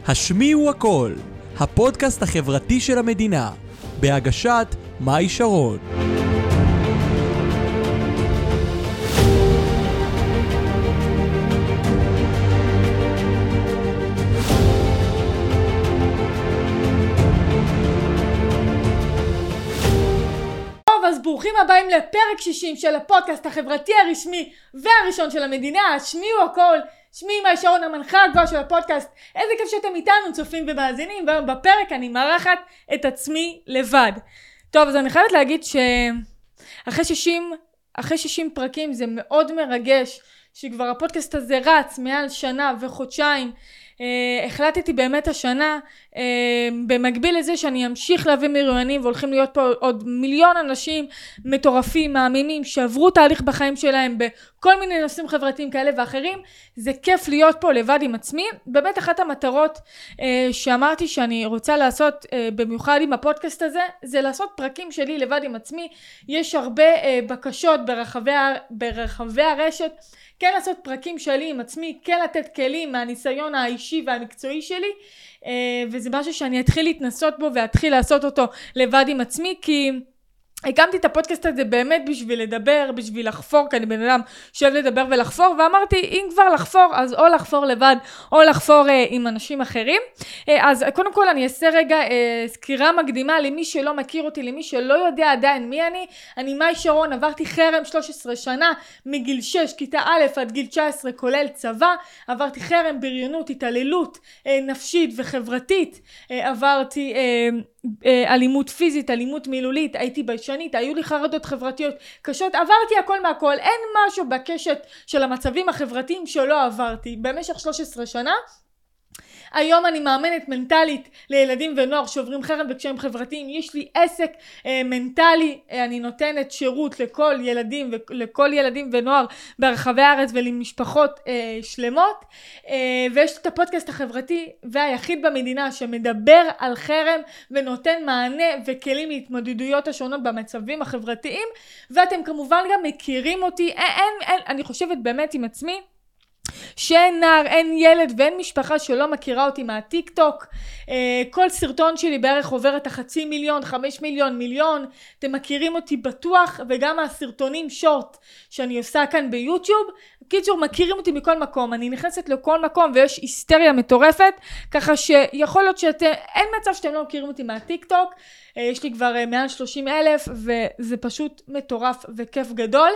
השמיעו הכל, הפודקאסט החברתי של המדינה, בהגשת מאי שרון. אז ברוכים הבאים לפרק 60 של הפודקאסט החברתי הרשמי והראשון של המדינה, השמיעו הכל. שמי מאי שרון, המנחה הגבוהה של הפודקאסט. איזה כיף שאתם איתנו, צופים ומאזינים, והיום בפרק אני מארחת את עצמי לבד. טוב, אז אני חייבת להגיד שאחרי 60 פרקים זה מאוד מרגש, שכבר הפודקאסט הזה רץ מעל שנה וחודשיים. החלטתי באמת השנה, במקביל לזה שאני אמשיך להביא מרואיינים, והולכים להיות פה עוד מיליון אנשים מטורפים, מאמינים, שעברו תהליך בחיים שלהם בכל מיני נושאים חברתיים כאלה ואחרים. זה כיף להיות פה לבד עם עצמי. באמת אחת המטרות שאמרתי שאני רוצה לעשות במיוחד עם הפודקאסט הזה, זה לעשות פרקים שלי לבד עם עצמי. יש הרבה בקשות ברחבי הרשת, כן לעשות פרקים שלי עם עצמי, כן לתת כלים מהניסיון האישי והמקצועי שלי, וזה משהו שאני אתחיל להתנסות בו ואתחיל לעשות אותו לבד עם עצמי, כי הקמתי את הפודקאסט הזה באמת בשביל לדבר, בשביל לחפור, כי אני בן אדם שאוהב לדבר ולחפור, ואמרתי אם כבר לחפור אז או לחפור לבד או לחפור עם אנשים אחרים. אז קודם כל אני אעשה רגע סקירה מקדימה למי שלא מכיר אותי, למי שלא יודע עדיין מי אני מאי שרון, עברתי חרם 13 שנה, מגיל 6 כיתה א' עד גיל 19 כולל צבא, עברתי חרם, בריונות, התעללות נפשית וחברתית, עברתי אלימות פיזית, אלימות מילולית, הייתי ביישנית, היו לי חרדות חברתיות קשות, עברתי הכל מהכל, אין משהו בקשת של המצבים החברתיים שלא עברתי במשך 13 שנה. היום אני מאמנת מנטלית לילדים ונוער שעוברים חרם וקשיים חברתיים. יש לי עסק מנטלי, אני נותנת שירות לכל ילדים ונוער ברחבי הארץ ולמשפחות שלמות, ויש לי את הפודקאסט החברתי והיחיד במדינה שמדבר על חרם ונותן מענה וכלים להתמודדויות השונות במצבים החברתיים. ואתם כמובן גם מכירים אותי, אני חושבת באמת עם עצמי שאין נער, אין ילד ואין משפחה שלא מכירה אותי מהטיק טוק. כל סרטון שלי בערך עובר את 500,000, 5 מיליון. אתם מכירים אותי בטוח, וגם הסרטונים שורט שאני עושה כאן ביוטיוב. קיצור, מכירים אותי מכל מקום, אני נכנסת לכל מקום ויש היסטריה מטורפת, ככה שיכול להיות אין מצב שאתם לא מכירים אותי מהטיק טוק. יש לי כבר מעל 30,000 וזה פשוט מטורף וכיף גדול.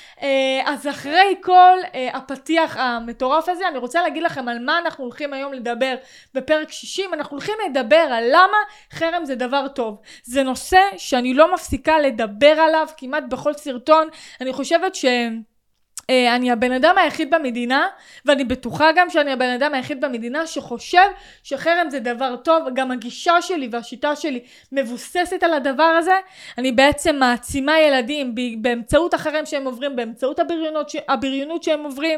אז אחרי כל הפתיח המטורף הזה, אני רוצה להגיד לכם על מה אנחנו הולכים היום לדבר בפרק 60. אנחנו הולכים לדבר על למה חרם זה דבר טוב. זה נושא שאני לא מפסיקה לדבר עליו כמעט בכל סרטון. אני חושבת אני הבן אדם היחיד במדינה, ואני בטוחה גם שאני הבן אדם היחיד במדינה שחושב שחרם זה דבר טוב. גם הגישה שלי והשיטה שלי מבוססת על הדבר הזה. אני בעצם מעצימה ילדים באמצעות החרם שהם עוברים, באמצעות הבריונות שהם עוברים.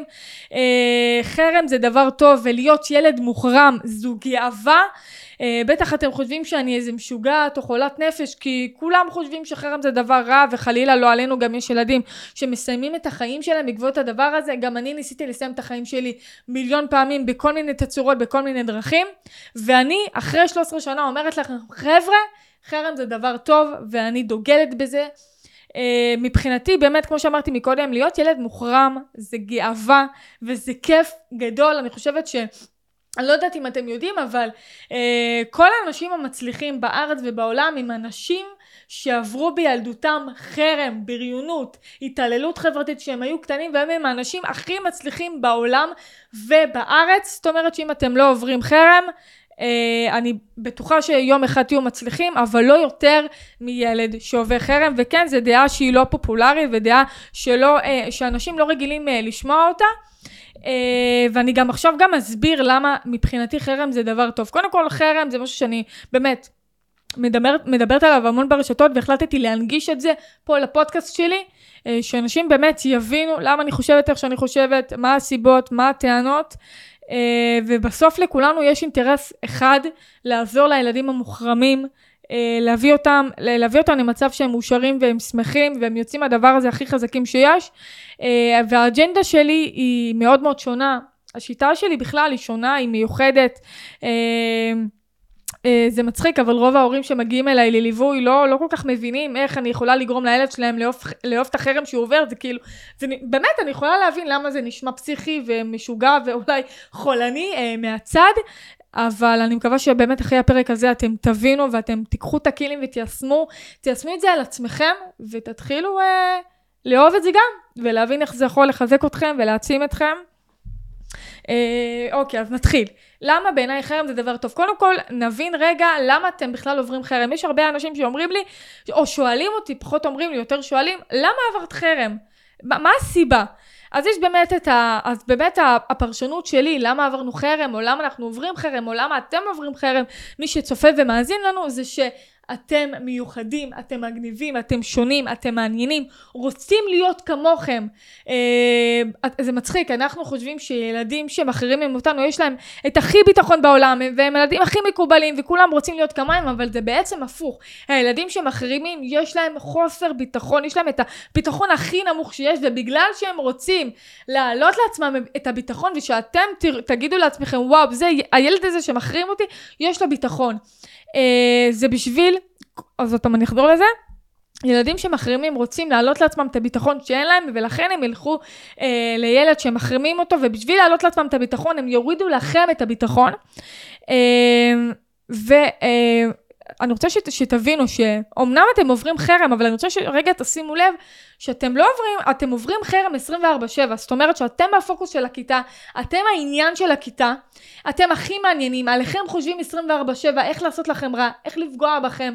חרם זה דבר טוב, ולהיות ילד מוחרם זו גאווה. בטח אתם חושבים שאני איזה משוגעת או חולת נפש, כי כולם חושבים שחרם זה דבר רע, וחלילה לא עלינו גם יש ילדים שמסיימים את החיים שלהם בעקבות הדבר הזה. גם אני ניסיתי לסיים את החיים שלי מיליון פעמים בכל מיני תצורות, בכל מיני דרכים, ואני אחרי 13 שנה אומרת לכם, חבר'ה, חרם זה דבר טוב ואני דוגלת בזה. מבחינתי באמת, כמו שאמרתי מקודם, להיות ילד מוחרם זה גאווה וזה כיף גדול. אני חושבת אני לא יודעת אם אתם יודעים, אבל כל האנשים המצליחים בארץ ובעולם הם אנשים שעברו בילדותם חרם, בריונות, התעללות חברתית שהם היו קטנים, והם הם האנשים הכי מצליחים בעולם ובארץ. זאת אומרת שאם אתם לא עוברים חרם, אני בטוחה שיום אחד תהיו מצליחים, אבל לא יותר מילד שעובר חרם. וכן, זו דעה שהיא לא פופולרית, ודעה שאנשים לא רגילים לשמוע אותה. ואני גם עכשיו גם אסביר למה מבחינתי חרם זה דבר טוב. קודם כל, חרם זה משהו שאני באמת מדברת עליו המון ברשתות, והחלטתי להנגיש את זה פה לפודקאסט שלי, שאנשים באמת יבינו למה אני חושבת איך שאני חושבת, מה הסיבות, מה הטענות, ובסוף לכולנו יש אינטרס אחד, לעזור לילדים המוחרמים, להביא אותם למצב שהם מאושרים והם שמחים, והם יוצאים מהדבר הזה הכי חזקים שיש. והאג'נדה שלי היא מאוד מאוד שונה. השיטה שלי בכלל היא שונה, היא מיוחדת, זה מצחיק, אבל רוב ההורים שמגיעים אליי לליווי לא כל כך מבינים איך אני יכולה לגרום לילד שלהם לאהוב את החרם שהוא עובר, זה כאילו, באמת אני יכולה להבין למה זה נשמע פסיכי ומשוגע ואולי חולני מהצד, אבל אני מקווה שבאמת אחרי הפרק הזה אתם תבינו ואתם תיקחו את הכלים ותיישמו את זה על עצמכם ותתחילו לאהוב את זה גם, ולהבין איך זה יכול לחזק אתכם ולהעצים אתכם. אוקיי, אז נתחיל. למה בעיניי חרם זה דבר טוב? קודם כל, נבין רגע למה אתם בכלל עוברים חרם. יש הרבה אנשים שאומרים לי, או שואלים אותי, פחות אומרים לי, יותר שואלים, למה עברת חרם? מה הסיבה? אז יש באמת הפרשנות שלי, למה עברנו חרם, או למה אנחנו עוברים חרם, או למה אתם עוברים חרם, מי שצופה ומאזין לנו, זה שאתם מיוחדים, אתם מגניבים, אתם שונים, אתם מעניינים, רוצים להיות כמוכם. זה מצחיק, אנחנו חושבים שילדים שמחרימים אותנו, יש להם את הכי ביטחון בעולם, והם ילדים הכי מקובלים, וכולם רוצים להיות כמוהם, אבל זה בעצם הפוך. הילדים שמחרימים, יש להם חוסר ביטחון, יש להם את הביטחון הכי נמוך שיש, ובגלל שהם רוצים להעלות לעצמם את הביטחון, ושאתם תגידו לעצמכם, וואו, זה הילד הזה שמחרים אותי, יש לו ביטחון. זה בשביל, אז אני אחזור לזה, ילדים שמחרימים רוצים להעלות לעצמם את הביטחון שאין להם, ולכן הם ילכו לילד שמחרימים אותו, ובשביל להעלות לעצמם את הביטחון, הם יורידו לכם את הביטחון, אני רוצה שתבינו שאומנם אתם עוברים חרם, אבל אני רוצה שרגע תשימו לב שאתם לא עוברים, אתם עוברים חרם 24/7, זאת אומרת שאתם בפוקוס של הכיתה, אתם העניין של הכיתה, אתם הכי מעניינים, עליכם חושבים 24/7, איך לעשות לכם רע, איך לפגוע בכם,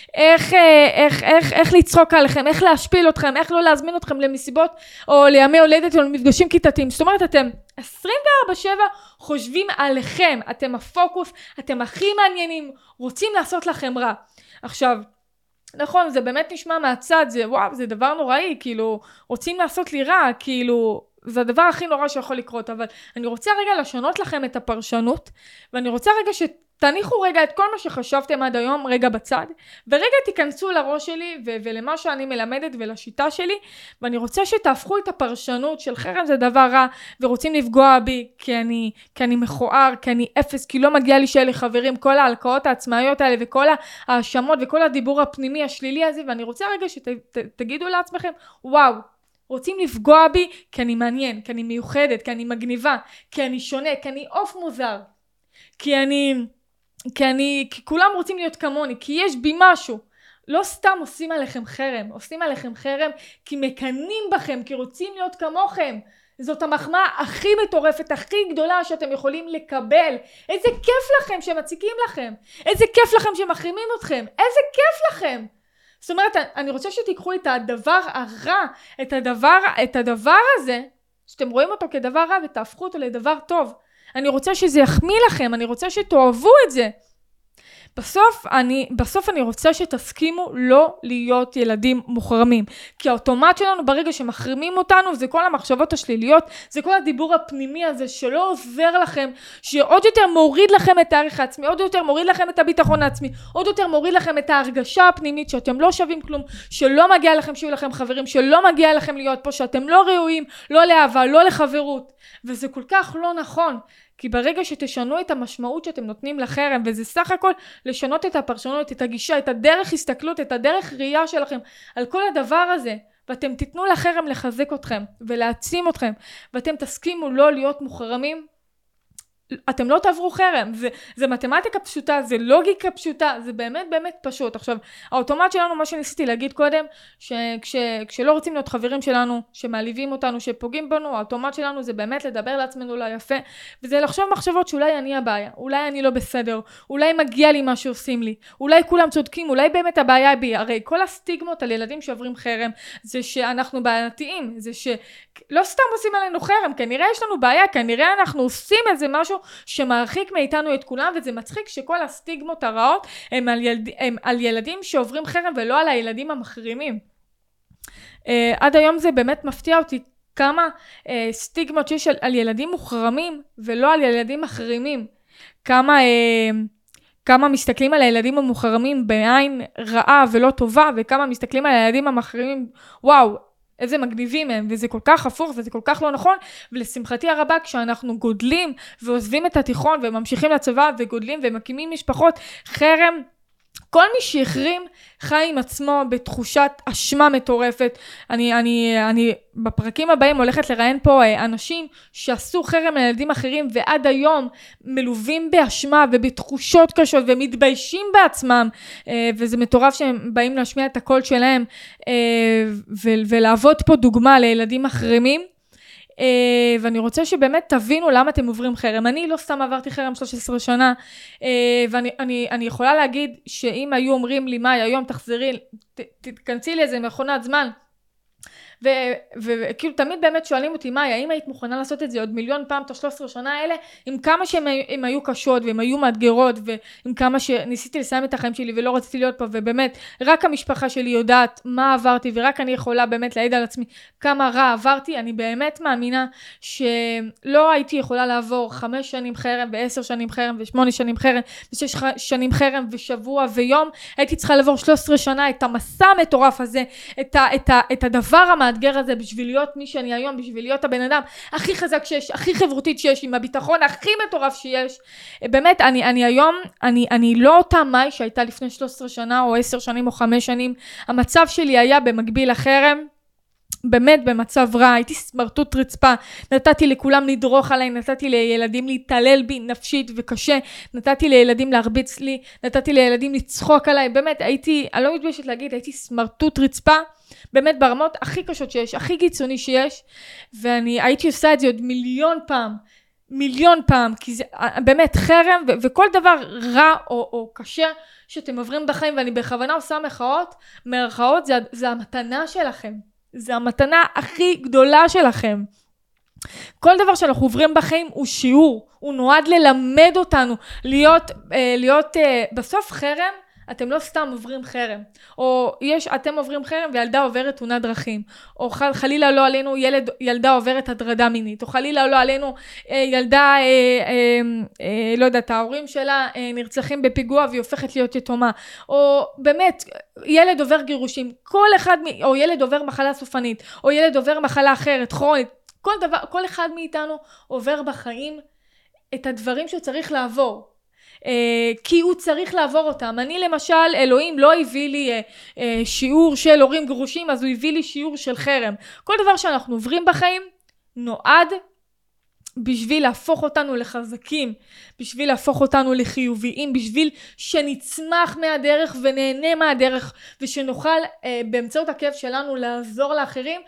איך לצחוק עליכם, איך להשפיל אתכם, איך לא להזמין אתכם למסיבות, או לימי הולדת או למפגשים כיתתיים, זאת אומרת אתם 24/7 חושבים עליכם, אתם הפוקוס, אתם הכי מעניינים, רוצים לעשות לכם רע. עכשיו, נכון, זה באמת נשמע מהצד, זה וואו, זה דבר נוראי, כאילו, רוצים לעשות לי רע, כאילו, זה הדבר הכי נורא שיכול לקרות, אבל אני רוצה רגע לשנות לכם את הפרשנות, ואני רוצה רגע תניחו רגע את כל מה שחשבתם עד היום רגע בצד, ורגע תיכנסו לראש שלי ולמה שאני מלמדת ולשיטה שלי, ואני רוצה שתהפכו את הפרשנות של חרם זה דבר רע, ורוצים לפגוע בי כי אני מכוער, כי אני אפס, כי לא מגיע לי שיהיה לי חברים, כל ההלקאות העצמאיות האלה וכל האשמות וכל הדיבור הפנימי השלילי הזה, ואני רוצה רגע שתגידו לעצמכם, וואו, רוצים לפגוע בי כי אני מעניין, כי אני מיוחדת, כי אני מגניבה, כי אני שונה, כי אני עוף מוזר, כי כולם רוצים להיות כמוני, כי יש בי משהו. לא סתם עושים עליכם חרם כי מקנים בכם, כי רוצים להיות כמוכם. זאת המחמאה הכי מטורפת, הכי גדולה שאתם יכולים לקבל. איזה כיף לכם שמציקים לכם. איזה כיף לכם שמחרימים אתכם. איזה כיף לכם. זאת אומרת, אני רוצה שתיקחו את הדבר הרע, את הדבר הזה, שאתם רואים אותו כדבר רע ותהפכו אותו לדבר טוב. אני רוצה שזה יחמיא לכם, אני רוצה שתאהבו את זה. בסוף אני רוצה שתסכימו לא להיות ילדים מוחרמים. כי האוטומט שלנו ברגע שמחרימים אותנו זה כל המחשבות השליליות, זה כל הדיבור הפנימי הזה שלא עוזר לכם, שעוד יותר מוריד לכם את הערך העצמי, עוד יותר מוריד לכם את הביטחון העצמי, עוד יותר מוריד לכם את ההרגשה הפנימית שאתם לא שווים כלום, שלא מגיע לכם שיהיו לכם חברים, שלא מגיע לכם להיות פה, שאתם לא ראויים, לא לאהבה, לא לחברות. וזה כל כך לא נכון. כי ברגע שתשנו את המשמעות שאתם נותנים לחרם, וזה סך הכל לשנות את הפרשנות, את הגישה, את הדרך הסתכלות, את הדרך ראייה שלכם על כל הדבר הזה, ואתם תיתנו לחרם לחזק אתכם ולהעצים אתכם, ואתם תסכימו לא להיות מוחרמים, אתם לא תעברו חרם. זה מתמטיקה פשוטה, זה לוגיקה פשוטה, זה באמת באמת פשוט. עכשיו, האוטומט שלנו, מה שניסיתי להגיד קודם, כשלא רוצים להיות חברים שלנו, שמעליבים אותנו, שפוגעים בנו, האוטומט שלנו זה באמת לדבר לעצמנו לא יפה, וזה לחשוב מחשבות שאולי אני הבעיה, אולי אני לא בסדר, אולי מגיע לי מה שעושים לי, אולי כולם צודקים, אולי באמת הבעיה בי. הרי כל הסטיגמות על ילדים שעוברים חרם, זה שאנחנו בעייתיים, זה שלא סתם עושים עלינו חרם, כנראה יש לנו בעיה, כנראה אנחנו עושים איזה משהו שמרחיק מאיתנו את כולם, וזה מצחיק שכל הסטיגמות הרעות הם על ילדים שעוברים חרם ולא על הילדים המחרימים. עד היום זה באמת מפתיע אותי כמה סטיגמות שיש על ילדים מוחרמים ולא על ילדים מחרימים. כמה מסתכלים על הילדים המוחרמים בעין רעה ולא טובה, וכמה מסתכלים על הילדים המחרימים, וואו, איזה מגניבים הם, וזה כל כך הפוך וזה כל כך לא נכון, ולשמחתי הרבה כשאנחנו גודלים ועוזבים את התיכון וממשיכים לצבא וגודלים ומקימים משפחות, חרם, כל מי שהחרים חי עם עצמו בתחושת אשמה מטורפת. אני בפרקים הבאים הולכת לראיין פה אנשים שעשו חרם לילדים אחרים ועד היום מלווים באשמה ובתחושות קשות ומתביישים בעצמם, וזה מטורף שהם באים להשמיע את הקול שלהם ולעבוד פה דוגמה לילדים מחרימים. ואני רוצה שבאמת תבינו למה אתם עוברים חרם. אני לא סתם עברתי חרם 13 שנה, ואני יכולה להגיד שאם היו אומרים לי, מאי, היום תחזרי, תתכנסי לי איזה מכונת זמן, וכאילו תמיד באמת שואלים אותי, מאי, האם היית מוכנה לעשות את זה עוד מיליון פעם את ה-13 שנה האלה, עם כמה שהם היו קשות והם היו מאתגרות, ועם כמה שניסיתי לסיים את החיים שלי ולא רציתי להיות פה, ובאמת רק המשפחה שלי יודעת מה עברתי, ורק אני יכולה באמת להעיד על עצמי כמה רע עברתי. אני באמת מאמינה שלא הייתי יכולה לעבור 5 שנים חרם ו10 שנים חרם ו8 שנים חרם ו6 שנים חרם ושבוע ויום. הייתי צריכה לעבור 13 שנה את המסע המטורף הזה, את הדבר המאתגר הזה, בשביל להיות מי שאני היום, בשביל להיות הבן אדם הכי חזק שיש, הכי חברותית שיש, עם הביטחון הכי מטורף שיש. באמת, אני היום, אני לא אותה מאי שהייתה לפני 13 שנה או 10 שנים או 5 שנים. המצב שלי היה במקביל לחרם, באמת במצב רע, הייתי סמרטוט רצפה, נתתי לכולם לדרוך עליי, נתתי לילדים להתעלל בי נפשית וקשה, נתתי לילדים להרביץ לי, נתתי לילדים לצחוק עליי, באמת הייתי, אני לא מתביישת להגיד, הייתי סמרטוט רצפה, באמת ברמות הכי קשות שיש, הכי קיצוני שיש, ואני הייתי עושה את זה עוד מיליון פעם, כי זה באמת חרם, וכל דבר רע או קשה שאתם עוברים בחיים, ואני בכוונה עושה מרכאות, זה המתנה שלכם. זה המתנה הכי גדולה שלכם. כל דבר שאנחנו עוברים בחיים הוא שיעור, הוא נועד ללמד אותנו להיות בסוף חרם. אתם לא סתם עוברים חרם, או אתם עוברים חרם וילדה עוברת תאונת דרכים, או חלילה לא עלינו ילדה עוברת הטרדה מינית, או חלילה לא עלינו ילדה, לא יודעת, ההורים שלה נרצחים בפיגוע והיא הופכת להיות יתומה, או באמת ילד עובר גירושים, או ילד עובר מחלה סופנית, או ילד עובר מחלה אחרת, כרונית, כל אחד מאיתנו עובר בחיים את הדברים שצריך לעבור. כי הוא צריך לעבור אותם. אני למשל, אלוהים לא הביא לי שיעור של הורים גרושים, אז הוא הביא לי שיעור של חרם. כל דבר שאנחנו עוברים בחיים נועד בשביל להפוך אותנו לחזקים, בשביל להפוך אותנו לחיוביים, בשביל שנצמח מהדרך ונהנה מהדרך, ושנוכל באמצעות הכאב שלנו לעזור לאחרים,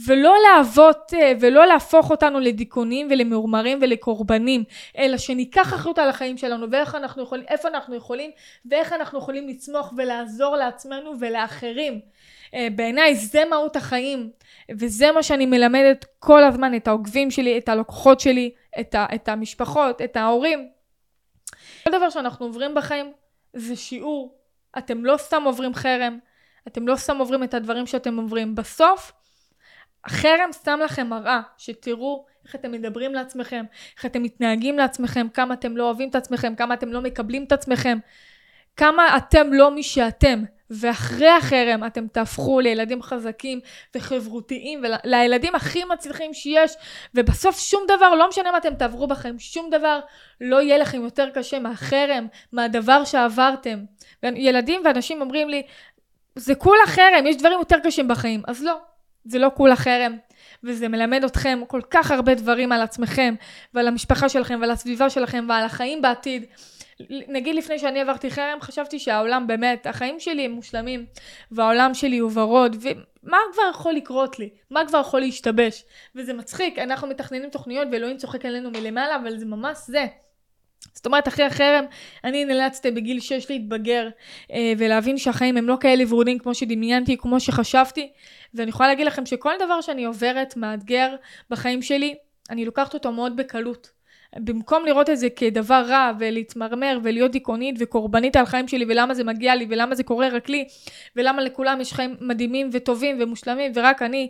ולא להפוך אותנו לדיכאונים ולמורמרים ולקורבנים, אלא שניקח אחריות על החיים שלנו, ואיפה אנחנו יכולים, ואיך אנחנו יכולים לצמוח ולעזור לעצמנו ולאחרים. בעיניי זה מהות החיים, וזה מה שאני מלמדת כל הזמן, את העוקבים שלי, את הלקוחות שלי, את המשפחות, את ההורים. כל דבר שאנחנו עוברים בחיים זה שיעור. אתם לא סתם עוברים חרם, אתם לא סתם עוברים את הדברים שאתם עוברים. בסוף החרם שם לכם מראה, שתראו איך אתם מדברים לעצמכם, איך אתם מתנהגים לעצמכם, כמה אתם לא אוהבים את עצמכם, כמה אתם לא מקבלים את עצמכם, כמה אתם לא מי שאתם. ואחרי החרם אתם תהפכו לילדים חזקים וחברותיים ולילדים הכי מצליחים שיש, ובסוף שום דבר, לא משנה מה אתם תעברו בכם, שום דבר לא יהיה לכם יותר קשה מהחרם, מהדבר שעברתם. ילדים ואנשים אומרים לי, זה כולה חרם, יש דברים יותר קשים בחיים. אז לא, זה לא כולה חרם, וזה מלמד אתכם כל כך הרבה דברים על עצמכם ועל המשפחה שלכם ועל הסביבה שלכם ועל החיים בעתיד. נגיד לפני שאני עברתי חרם, חשבתי שהעולם באמת, החיים שלי הם מושלמים, והעולם שלי הוא ורוד, ומה כבר יכול לקרות לי? מה כבר יכול להשתבש? וזה מצחיק, אנחנו מתכננים תוכניות ואלוהים צוחק עלינו מלמעלה, אבל זה ממש זה. זאת אומרת, אחרי החרם, אני נאלצתי בגיל 6 להתבגר, ולהבין שהחיים הם לא כאלה ורודים כמו שדמיינתי, כמו שחשבתי, ואני יכולה להגיד לכם שכל דבר שאני עוברת מאתגר בחיים שלי, אני לוקחת אותו מאוד בקלות. במקום לראות את זה כדבר רע ולהתמרמר ולהיות דיכאונית וקורבנית על חיים שלי ולמה זה מגיע לי ולמה זה קורה רק לי ולמה לכולם יש חיים מדהימים וטובים ומושלמים ורק אני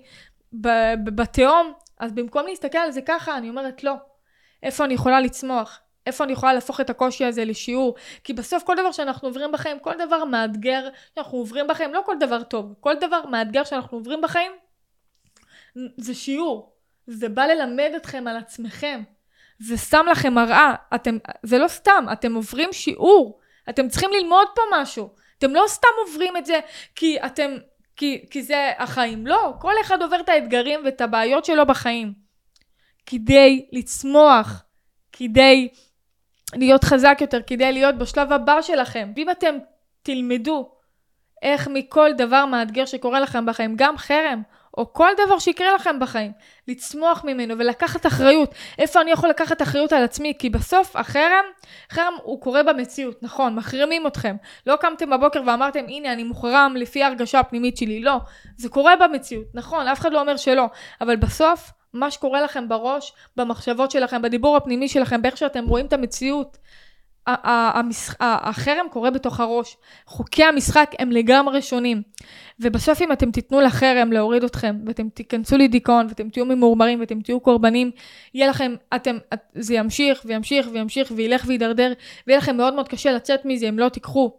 בתהום, אז במקום להסתכל על זה ככה אני אומרת לא, איפה אני יכולה לצמוח, איפה אני יכולה להפוך את הקושי הזה לשיעור, כי בסוף כל דבר שאנחנו עוברים בחיים, כל דבר מאתגר שאנחנו עוברים בחיים, לא כל דבר טוב, כל דבר מאתגר שאנחנו עוברים בחיים, זה שיעור. זה בא ללמד אתכם על עצמכם. זה שם לכם מראה. זה לא סתם, אתם עוברים שיעור. אתם צריכים ללמוד פה משהו. אתם לא סתם עוברים את זה כי זה החיים. לא, כל אחד עובר את האתגרים ואת הבעיות שלו בחיים. כדי לצמוח, כדי להיות חזק יותר, כדי להיות בשלב הבא שלכם. ואם אתם תלמדו איך מכל דבר מאתגר שקורה לכם בחיים, גם חרם, או כל דבר שיקרה לכם בחיים, לצמוח ממנו ולקחת אחריות. איפה אני יכול לקחת אחריות על עצמי? כי בסוף החרם הוא קורה במציאות, נכון, מחרימים אתכם. לא קמתם בבוקר ואמרתם, הנה אני מוחרם לפי הרגשה הפנימית שלי. לא, זה קורה במציאות, נכון, אף אחד לא אומר שלא. אבל בסוף, מה שקורה לכם בראש, במחשבות שלכם, בדיבור הפנימי שלכם, באיך שאתם רואים את המציאות, החרם קורה בתוך הראש. חוקי המשחק הם לגמרי שונים. ובסוף אם אתם תיתנו לחרם להוריד אתכם, ואתם תיכנסו לדיכאון, ואתם תהיו ממורמרים, ואתם תהיו קורבנים, יהיה לכם, זה ימשיך וימשיך וימשיך, וילך וידרדר, ויהיה לכם מאוד מאוד קשה לצאת מזה, אם לא תיקחו,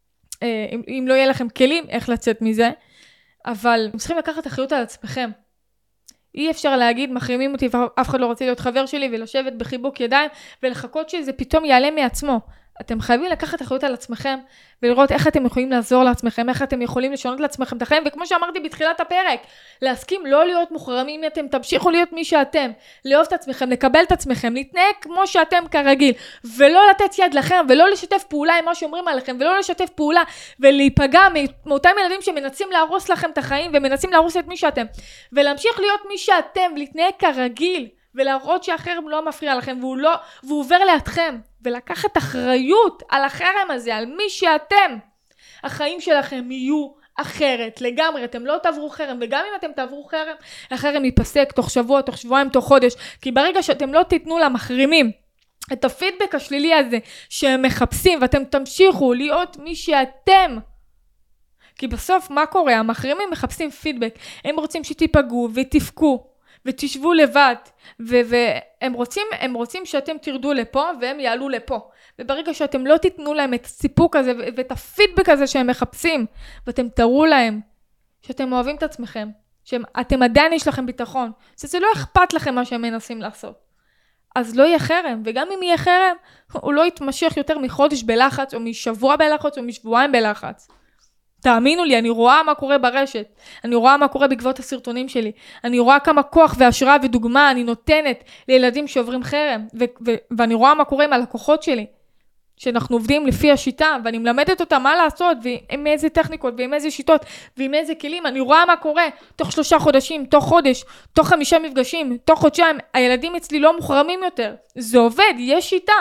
אם לא יהיה לכם כלים איך לצאת מזה. אבל אתם צריכים לקחת אחריות על עצמכם. אי אפשר להגיד, מחרימים אותי ואף אחד לא רוצה להיות חבר שלי, ולשבת בחיבוק ידיים, ולחכות שזה פתאום יעלה מעצמו. אתם חייבים לקחת אחריות על עצמכם, ולראות איך אתם יכולים לעזור לעצמכם, איך אתם יכולים לשנות לעצמכם את החיים, וכמו שאמרתי בתחילת הפרק, להסכים לא להיות מוחרמים, אם אתם תמשיכו להיות מי שאתם, לאהוב את עצמכם, לקבל את עצמכם, להתנהג כמו שאתם כרגיל, ולא לתת יד לכם, ולא לשתף פעולה עם מה שאומרים עליכם, ולא לשתף פעולה, ולהיפגע מאותם ילדים שמנסים להרוס לכם את החיים, ומנסים להרוס את מי שאתם, ולהמשיך להיות מי שאתם, להתנהג כרגיל, ולהראות שהחרם לא מפריע לכם, והוא עובר לידכם, ולקחת אחריות על החרם הזה, על מי שאתם. החיים שלכם יהיו אחרת לגמרי, אתם לא תעברו חרם, וגם אם אתם תעברו חרם, החרם ייפסק תוך שבוע, תוך שבועיים, תוך חודש, כי ברגע שאתם לא תיתנו למחרימים את הפידבק השלילי הזה, שהם מחפשים, ואתם תמשיכו להיות מי שאתם, כי בסוף מה קורה? המחרימים מחפשים פידבק, הם רוצים שתיפגעו ותפקו, ותשבו לבד, והם רוצים שאתם תרדו לפה, והם יעלו לפה. וברגע שאתם לא תיתנו להם את הסיפוק הזה, ואת הפידבק הזה שהם מחפשים, ואתם תראו להם שאתם אוהבים את עצמכם, שאתם עדיין יש לכם ביטחון, שזה לא אכפת לכם מה שהם מנסים לעשות. אז לא יהיה חרם, וגם אם יהיה חרם, הוא לא יתמשך יותר מחודש בלחץ, או משבוע בלחץ, או משבועיים בלחץ. תאמינו לי, אני רואה מה קורה ברשת, אני רואה מה קורה בעקבות הסרטונים שלי, אני רואה כמה כוח והשראה ודוגמה אני נותנת לילדים שעוברים חרם, ואני רואה מה קורה עם הלקוחות שלי, שאנחנו עובדים לפי השיטה, ואני מלמדת אותם מה לעשות, ועם איזה טכניקות, ועם איזה שיטות, ועם איזה כלים, אני רואה מה קורה, תוך 3 חודשים, תוך חודש, תוך 5 מפגשים, תוך חודשיים, הילדים אצלי לא מוחרמים יותר, זה עובד, יש שיטה.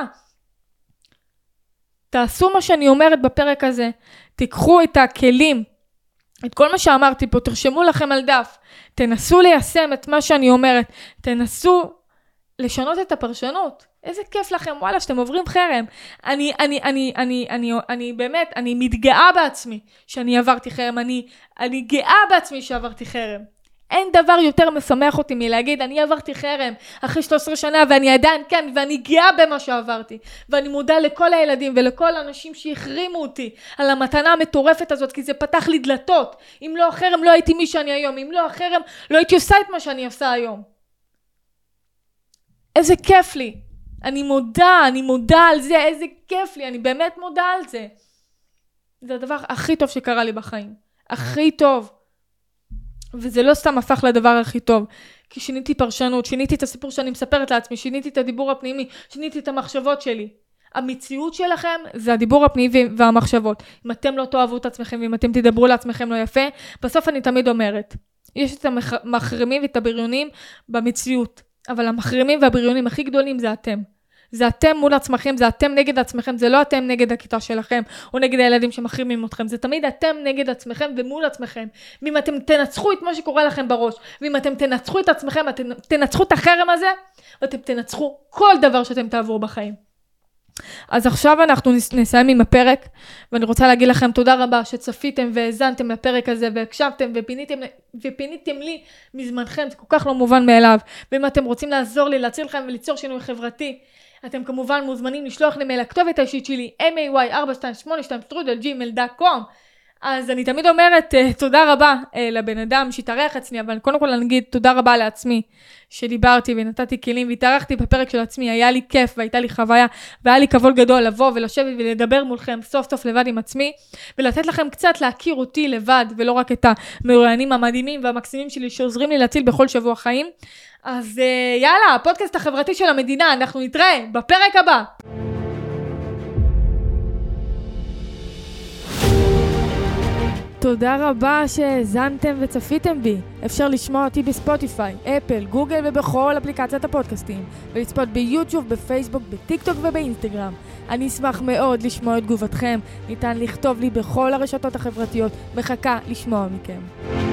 תעשו מה שאני אומרת בפרק הזה, תיקחו את הכלים, את כל מה שאמרתי פה, תרשמו לכם על דף, תנסו ליישם את מה שאני אומרת, תנסו לשנות את הפרשנות. איזה כיף לכם, וואלה, שאתם עוברים חרם. אני באמת, אני מתגאה בעצמי שאני עברתי חרם, אני גאה בעצמי שעברתי חרם. אין דבר יותר משמח אותי מלהגיד, אני עברתי חרם אחרי 13 שנה, ואני עדיין כאן, ואני גאה במה שעברתי. ואני מודה לכל הילדים ולכל האנשים שהחרימו אותי על המתנה המטורפת הזאת, כי זה פתח לי דלתות. אם לא החרם, לא הייתי מי שאני היום. אם לא החרם, לא הייתי עושה את מה שאני עושה היום. איזה כיף לי. אני מודה על זה, איזה כיף לי. אני באמת מודה על זה. זה הדבר הכי טוב שקרה לי בחיים. הכי טוב. וזה לא סתם הפך לדבר הכי טוב, כי שיניתי פרשנות, שיניתי את הסיפור שאני מספרת לעצמי, שיניתי את הדיבור הפנימי, שיניתי את המחשבות שלי. המציאות שלכם זה הדיבור הפנימי והמחשבות. אם אתם לא תאהבו את עצמכם, ואם אתם תדברו לעצמכם לא יפה, בסוף אני תמיד אומרת, יש את המחרימים ואת הבריונים במציאות, אבל המחרימים והבריונים הכי גדולים זה אתם. זה אתם מול עצמכם, זה אתם נגד עצמכם, זה לא אתם נגד הכיתה שלכם, או נגד הילדים שמחרימים אתכם, זה תמיד אתם נגד עצמכם ומול עצמכם. ואם אתם תנצחו את מה שקורה לכם בראש, ואם אתם תנצחו את עצמכם, אתם תנצחו את החרם הזה, ואתם תנצחו כל דבר שאתם תעברו בחיים. אז עכשיו אנחנו נסיים עם הפרק, ואני רוצה להגיד לכם תודה רבה שצפיתם והאזנתם לפרק הזה, והקשבתם ופיניתם לי מזמנכם, זה כל כך לא מובן מאליו. ואם אתם רוצים לעזור לי, להציל לכם וליצור שינוי חברתי, אתם כמובן מוזמנים לשלוח לי מייל לכתובת האישית שלי, may428@gmail.com. אז אני תמיד אומרת תודה רבה לבן אדם שהתארח אצלי, אבל קודם כל אני אגיד תודה רבה לעצמי שדיברתי ונתתי כלים והתארחתי בפרק של עצמי, היה לי כיף והייתה לי חוויה והיה לי כבוד גדול לבוא ולשבת ולדבר מולכם סוף סוף לבד עם עצמי ולתת לכם קצת להכיר אותי לבד ולא רק את המרואיינים המדהימים והמקסימים שלי שעוזרים לי להציל בכל שבוע חיים. אז יאללה, הפודקאסט החברתי של המדינה, אנחנו נתראה בפרק הבא. תודה רבה שהאזנתם וצפיתם בי. אפשר לשמוע אותי בספוטיפיי, אפל, גוגל ובכל אפליקציית הפודקאסטים, ולצפות ביוטיוב, בפייסבוק, בטיקטוק ובאינסטגרם. אני אשמח מאוד לשמוע את תגובתכם. ניתן לכתוב לי בכל הרשתות החברתיות. מחכה לשמוע מכם.